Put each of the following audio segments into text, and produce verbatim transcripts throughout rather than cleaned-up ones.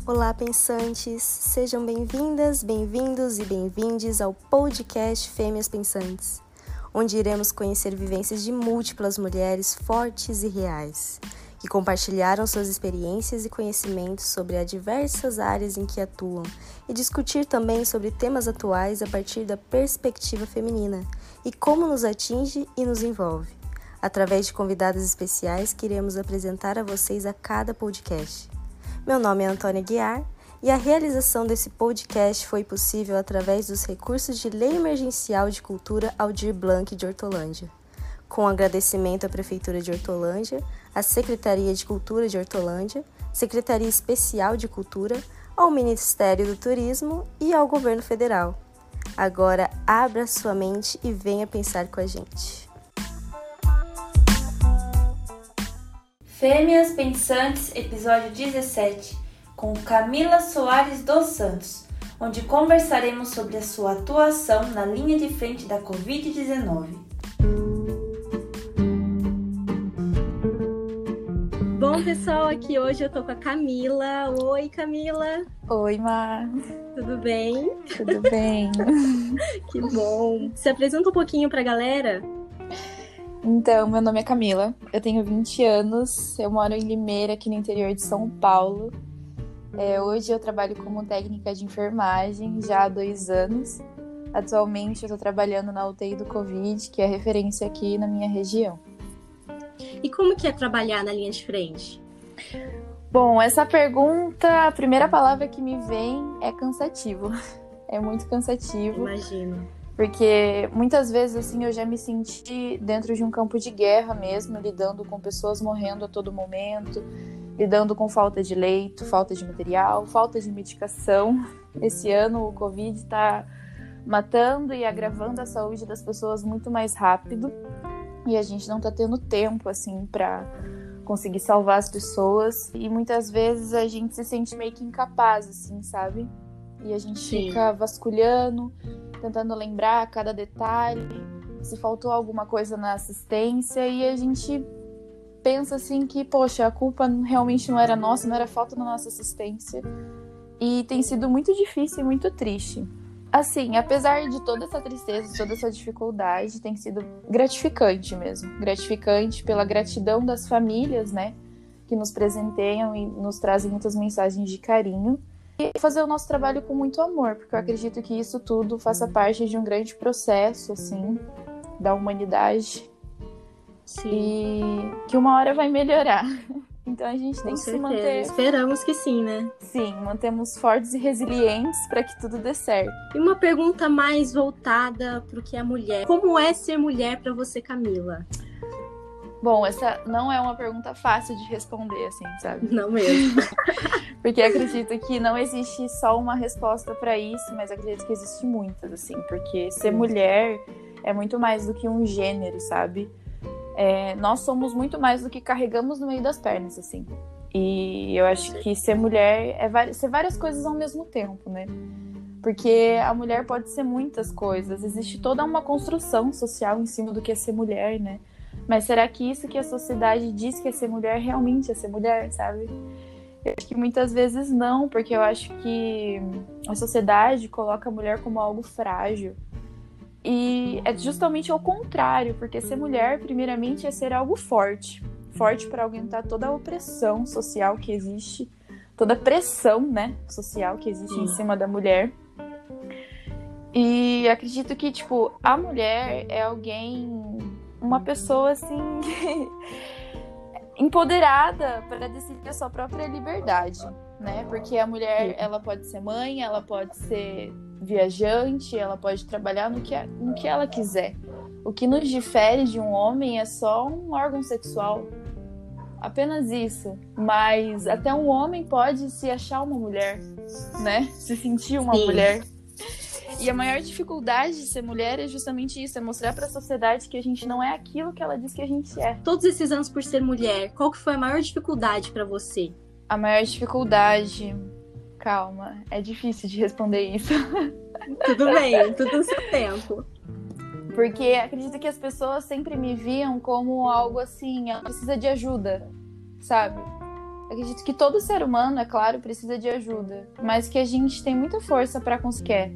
Olá, pensantes! Sejam bem-vindas, bem-vindos e bem-vindes ao podcast Fêmeas Pensantes, onde iremos conhecer vivências de múltiplas mulheres fortes e reais, que compartilharam suas experiências e conhecimentos sobre as diversas áreas em que atuam e discutir também sobre temas atuais a partir da perspectiva feminina e como nos atinge e nos envolve, através de convidadas especiais que iremos apresentar a vocês a cada podcast. Meu nome é Antônia Guiar e a realização desse podcast foi possível através dos recursos de Lei Emergencial de Cultura Aldir Blanc de Hortolândia, com agradecimento à Prefeitura de Hortolândia, à Secretaria de Cultura de Hortolândia, Secretaria Especial de Cultura, ao Ministério do Turismo e ao Governo Federal. Agora, abra sua mente e venha pensar com a gente. Fêmeas Pensantes, episódio dezessete, com Camila Soares dos Santos, onde conversaremos sobre a sua atuação na linha de frente da covid dezenove. Bom, pessoal, aqui hoje eu tô com a Camila. Oi, Camila. Oi, Mar. Tudo bem? Tudo bem. Que bom. Se apresenta um pouquinho pra galera. Então, meu nome é Camila, eu tenho vinte anos, eu moro em Limeira, aqui no interior de São Paulo. É, hoje eu trabalho como técnica de enfermagem já há dois anos. Atualmente eu estou trabalhando na U T I do Covid, que é referência aqui na minha região. E como que é trabalhar na linha de frente? Bom, essa pergunta, a primeira palavra que me vem é cansativo. É muito cansativo. Imagino. Porque muitas vezes assim eu já me senti dentro de um campo de guerra mesmo, lidando com pessoas morrendo a todo momento, lidando com falta de leito, falta de material, falta de medicação. Esse ano o Covid está matando e agravando a saúde das pessoas muito mais rápido e a gente não está tendo tempo assim para conseguir salvar as pessoas e muitas vezes a gente se sente meio que incapaz, assim, sabe? E a gente Sim. fica vasculhando, tentando lembrar cada detalhe, se faltou alguma coisa na assistência, e a gente pensa assim que, poxa, a culpa realmente não era nossa, não era falta da nossa assistência. E tem sido muito difícil e muito triste. Assim, apesar de toda essa tristeza, toda essa dificuldade, tem sido gratificante mesmo. Gratificante pela gratidão das famílias, né, que nos presenteiam e nos trazem muitas mensagens de carinho. E fazer o nosso trabalho com muito amor, porque eu acredito que isso tudo faça parte de um grande processo, assim, da humanidade. Sim. E que uma hora vai melhorar. Então a gente tem Com que certeza. se manter... Esperamos que sim, né? Sim, mantemos fortes e resilientes para que tudo dê certo. E uma pergunta mais voltada para o que é mulher. Como é ser mulher para você, Camila? Bom, essa não é uma pergunta fácil de responder, assim, sabe? Não mesmo. Porque acredito que não existe só uma resposta para isso, mas acredito que existe muitas, assim. Porque ser mulher é muito mais do que um gênero, sabe? É, nós somos muito mais do que carregamos no meio das pernas, assim. E eu acho que ser mulher é var- ser várias coisas ao mesmo tempo, né? Porque a mulher pode ser muitas coisas. Existe toda uma construção social em cima do que é ser mulher, né? Mas será que isso que a sociedade diz que é ser mulher realmente é ser mulher, sabe? Eu acho que muitas vezes não, porque eu acho que a sociedade coloca a mulher como algo frágil. E é justamente ao contrário, porque ser mulher, primeiramente, é ser algo forte. Forte para aguentar toda a opressão social que existe, toda a pressão, né, social que existe Sim. em cima da mulher. E acredito que, tipo, a mulher é alguém... uma pessoa, assim, empoderada para decidir a sua própria liberdade, né? Porque a mulher, ela pode ser mãe, ela pode ser viajante, ela pode trabalhar no que, no que ela quiser. O que nos difere de um homem é só um órgão sexual. Apenas isso. Mas até um homem pode se achar uma mulher, né? Se sentir uma Sim. mulher. E a maior dificuldade de ser mulher é justamente isso, é mostrar para a sociedade que a gente não é aquilo que ela diz que a gente é. Todos esses anos por ser mulher, qual que foi a maior dificuldade para você? A maior dificuldade... Calma, é difícil de responder isso. Tudo bem, tudo no seu tempo. Porque acredito que as pessoas sempre me viam como algo assim, ela precisa de ajuda, sabe? Acredito que todo ser humano, é claro, precisa de ajuda, mas que a gente tem muita força para conseguir.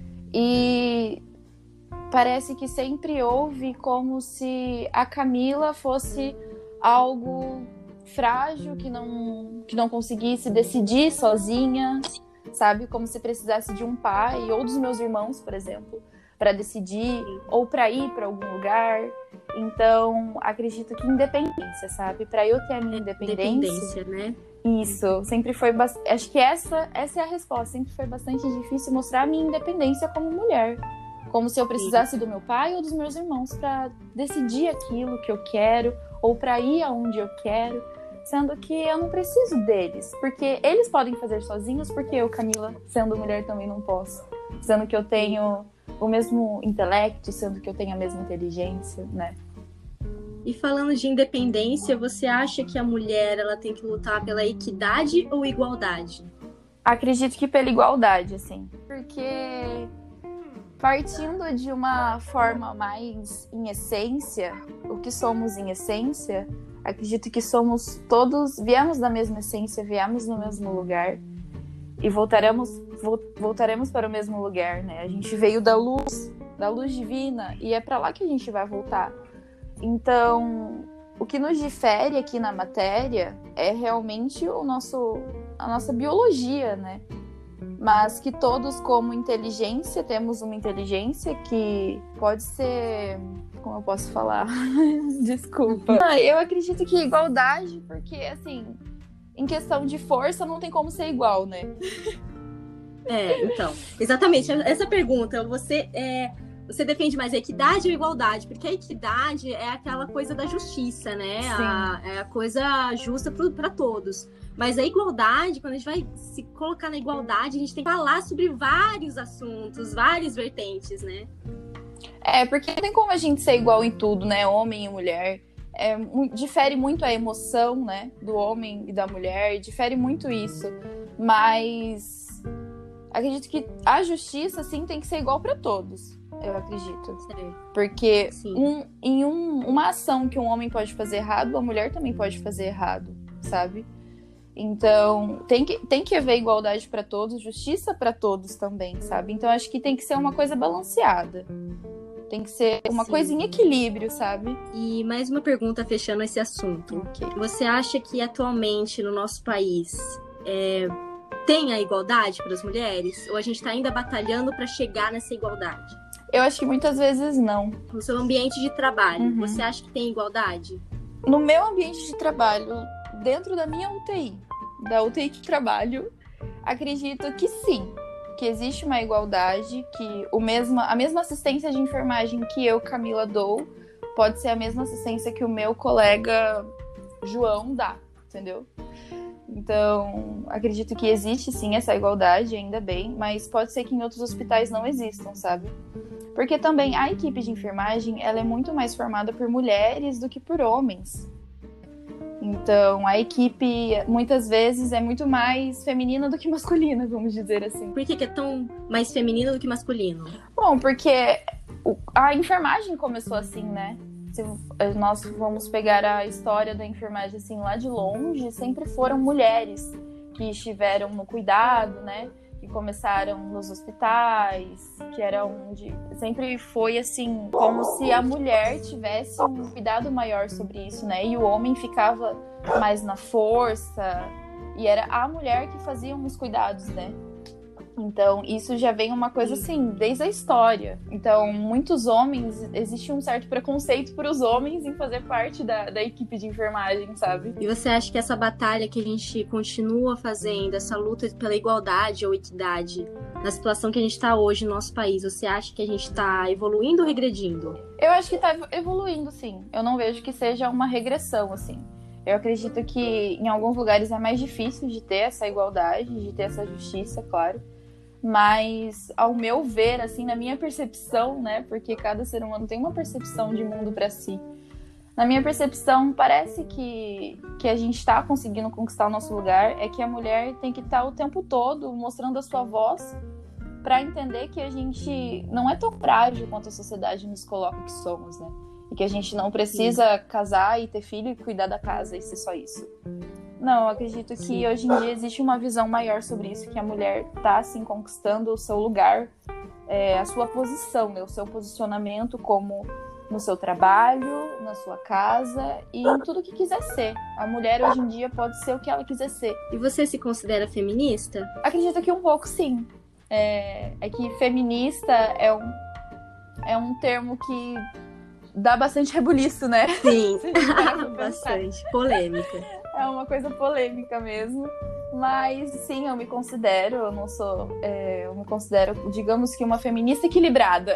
E parece que sempre houve como se a Camila fosse algo frágil, que não, que não conseguisse decidir sozinha, sabe? Como se precisasse de um pai ou dos meus irmãos, por exemplo, para decidir ou para ir para algum lugar. Então, acredito que independência, sabe? Para eu ter a minha independência, Independência, né? Isso, sempre foi bastante. Acho que essa, essa é a resposta. Sempre foi bastante difícil mostrar a minha independência como mulher. Como se eu precisasse do meu pai ou dos meus irmãos para decidir aquilo que eu quero ou para ir aonde eu quero. Sendo que eu não preciso deles. Porque eles podem fazer sozinhos, porque eu, Camila, sendo mulher, também não posso. Sendo que eu tenho o mesmo intelecto, sendo que eu tenho a mesma inteligência, né? E falando de independência, você acha que a mulher ela tem que lutar pela equidade ou igualdade? Acredito que pela igualdade, assim. Porque partindo de uma forma mais em essência, o que somos em essência, acredito que somos todos, viemos da mesma essência, viemos no mesmo lugar e voltaremos, voltaremos para o mesmo lugar, né? A gente veio da luz, da luz divina e é para lá que a gente vai voltar. Então, o que nos difere aqui na matéria é realmente o nosso, a nossa biologia, né? Mas que todos, como inteligência, temos uma inteligência que pode ser... Como eu posso falar? Desculpa. Ah, eu acredito que igualdade, porque, assim, em questão de força, não tem como ser igual, né? É, então, exatamente. Essa pergunta, você... É... Você defende mais a equidade ou a igualdade? Porque a equidade é aquela coisa da justiça, né? A, é a coisa justa para todos. Mas a igualdade, quando a gente vai se colocar na igualdade, a gente tem que falar sobre vários assuntos, várias vertentes, né? É, porque não tem como a gente ser igual em tudo, né? Homem e mulher. É, difere muito a emoção, né? Do homem e da mulher. Difere muito isso. Mas acredito que a justiça, sim, tem que ser igual para todos. Eu acredito. Sim. Porque um, em um, uma ação que um homem pode fazer errado, a mulher também pode fazer errado, sabe? Então, tem que, tem que haver igualdade para todos, justiça para todos também, sabe? Então, acho que tem que ser uma coisa balanceada. Tem que ser uma Sim. coisa em equilíbrio, sabe? E mais uma pergunta fechando esse assunto. Okay. Você acha que atualmente no nosso país é, tem a igualdade para as mulheres? Ou a gente está ainda batalhando para chegar nessa igualdade? Eu acho que muitas vezes não. No seu ambiente de trabalho, uhum. você acha que tem igualdade? No meu ambiente de trabalho, dentro da minha U T I, da U T I que trabalho, acredito que sim. Que existe uma igualdade, que o mesmo, a mesma assistência de enfermagem que eu, Camila, dou, pode ser a mesma assistência que o meu colega João dá, entendeu? Então, acredito que existe sim essa igualdade, ainda bem, mas pode ser que em outros hospitais não existam, sabe? Porque também a equipe de enfermagem, ela é muito mais formada por mulheres do que por homens. Então, a equipe, muitas vezes, é muito mais feminina do que masculina, vamos dizer assim. Por que que é tão mais feminino do que masculino? Bom, porque a enfermagem começou assim, né? Se nós vamos pegar a história da enfermagem assim lá de longe, sempre foram mulheres que estiveram no cuidado, né? Que começaram nos hospitais, que era onde sempre foi assim, como se a mulher tivesse um cuidado maior sobre isso, né? E o homem ficava mais na força, e era a mulher que fazia os cuidados, né? Então, isso já vem uma coisa assim, desde a história. Então, muitos homens, existe um certo preconceito para os homens em fazer parte da, da equipe de enfermagem, sabe? E você acha que essa batalha que a gente continua fazendo, essa luta pela igualdade ou equidade, na situação que a gente está hoje no nosso país, você acha que a gente está evoluindo ou regredindo? Eu acho que está evoluindo, sim. Eu não vejo que seja uma regressão, assim. Eu acredito que em alguns lugares é mais difícil de ter essa igualdade, de ter essa justiça, claro. Mas, ao meu ver, assim, na minha percepção, né? Porque cada ser humano tem uma percepção de mundo para si. Na minha percepção, parece que, que a gente está conseguindo conquistar o nosso lugar. É que a mulher tem que estar o tempo todo mostrando a sua voz para entender que a gente não é tão frágil quanto a sociedade nos coloca que somos, né? E que a gente não precisa Sim. casar e ter filho e cuidar da casa e ser só isso. Não, eu acredito que Sim. hoje em dia existe uma visão maior sobre isso, que a mulher tá, assim, conquistando o seu lugar, é, a sua posição, né? O seu posicionamento como no seu trabalho, na sua casa e em tudo que quiser ser. A mulher hoje em dia pode ser o que ela quiser ser. E você se considera feminista? Acredito que um pouco, sim. É, é que feminista é um, é um termo que dá bastante rebuliço, né? Sim, bastante. Polêmica. É uma coisa polêmica mesmo. Mas, sim, eu me considero, eu não sou... É, eu me considero, digamos que uma feminista equilibrada.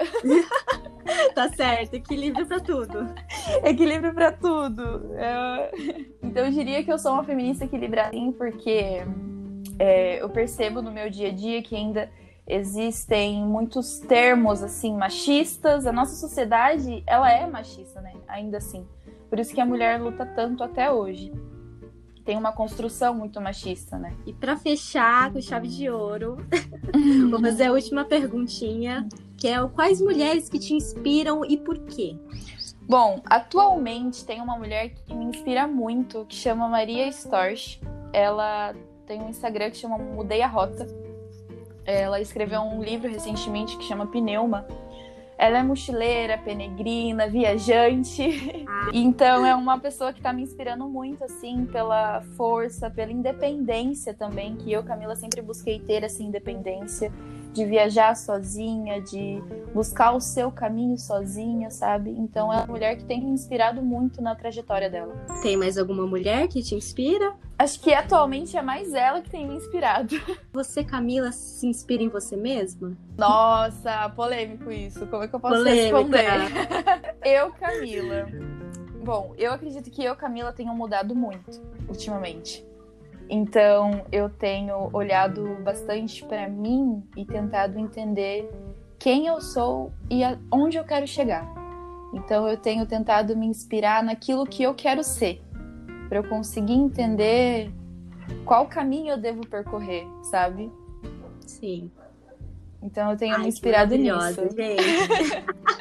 Tá certo, equilíbrio pra tudo. Equilíbrio pra tudo. É... Então, eu diria que eu sou uma feminista equilibrada, sim, porque é, eu percebo no meu dia a dia que ainda existem muitos termos, assim, machistas. A nossa sociedade, ela é machista, né? Ainda assim. Por isso que a mulher luta tanto até hoje. Tem uma construção muito machista, né? E pra fechar com chave de ouro, vou fazer a última perguntinha, que é quais mulheres que te inspiram e por quê? Bom, atualmente tem uma mulher que me inspira muito, que chama Maria Storch. Ela tem um Instagram que chama Mudei a Rota. Ela escreveu um livro recentemente que chama Pneuma. Ela é mochileira, peregrina, viajante. Ah. Então é uma pessoa que tá me inspirando muito, assim, pela força, pela independência também, que eu, Camila, sempre busquei ter essa independência de viajar sozinha, de buscar o seu caminho sozinha, sabe? Então é uma mulher que tem me inspirado muito na trajetória dela. Tem mais alguma mulher que te inspira? Acho que atualmente é mais ela que tem me inspirado. Você, Camila, se inspira em você mesma? Nossa, polêmico isso. Como é que eu posso Polêmica. responder? Eu, Camila. Bom, eu acredito que eu, Camila, tenho mudado muito ultimamente. Então, eu tenho olhado bastante pra mim e tentado entender quem eu sou e onde eu quero chegar. Então, eu tenho tentado me inspirar naquilo que eu quero ser, para eu conseguir entender qual caminho eu devo percorrer, sabe? Sim. Então, eu tenho Ai, me inspirado que nisso. Gente.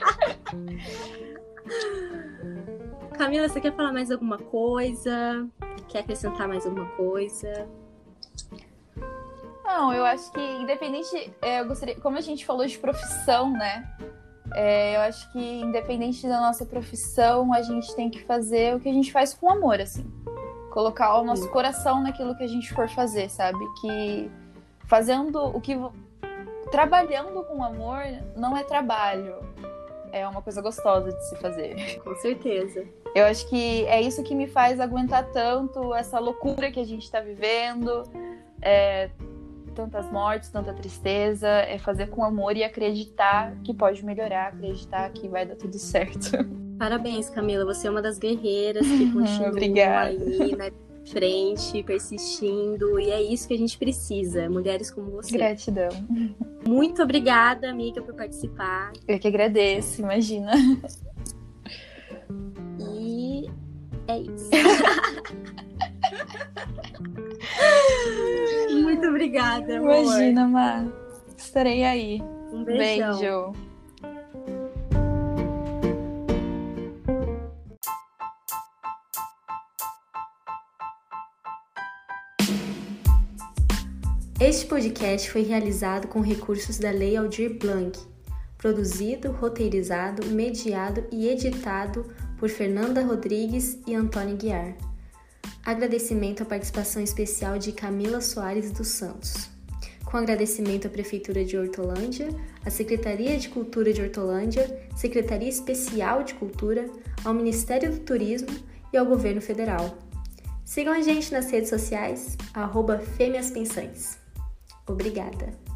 Camila, você quer falar mais alguma coisa? Quer acrescentar mais alguma coisa? Não, eu acho que independente, é, eu gostaria, como a gente falou de profissão, né? É, eu acho que independente da nossa profissão, a gente tem que fazer o que a gente faz com amor, assim. Colocar o nosso coração naquilo que a gente for fazer, sabe? Que fazendo o que... Trabalhando com amor não é trabalho. É uma coisa gostosa de se fazer. Com certeza. Eu acho que é isso que me faz aguentar tanto essa loucura que a gente tá vivendo. É, tantas mortes, tanta tristeza. É fazer com amor e acreditar que pode melhorar. Acreditar que vai dar tudo certo. Parabéns, Camila. Você é uma das guerreiras que continua Obrigada. aí na frente, persistindo. E é isso que a gente precisa. Mulheres como você. Gratidão. Muito obrigada, amiga, por participar. Eu que agradeço, imagina. E é isso. Muito obrigada, amor. Imagina, Má. Estarei aí. Um beijão. Beijo. Este podcast foi realizado com recursos da Lei Aldir Blanc, produzido, roteirizado, mediado e editado por Fernanda Rodrigues e Antônio Guiar. Agradecimento à participação especial de Camila Soares dos Santos. Com agradecimento à Prefeitura de Hortolândia, à Secretaria de Cultura de Hortolândia, Secretaria Especial de Cultura, ao Ministério do Turismo e ao Governo Federal. Sigam a gente nas redes sociais, arroba Fêmeas Pensantes. Obrigada!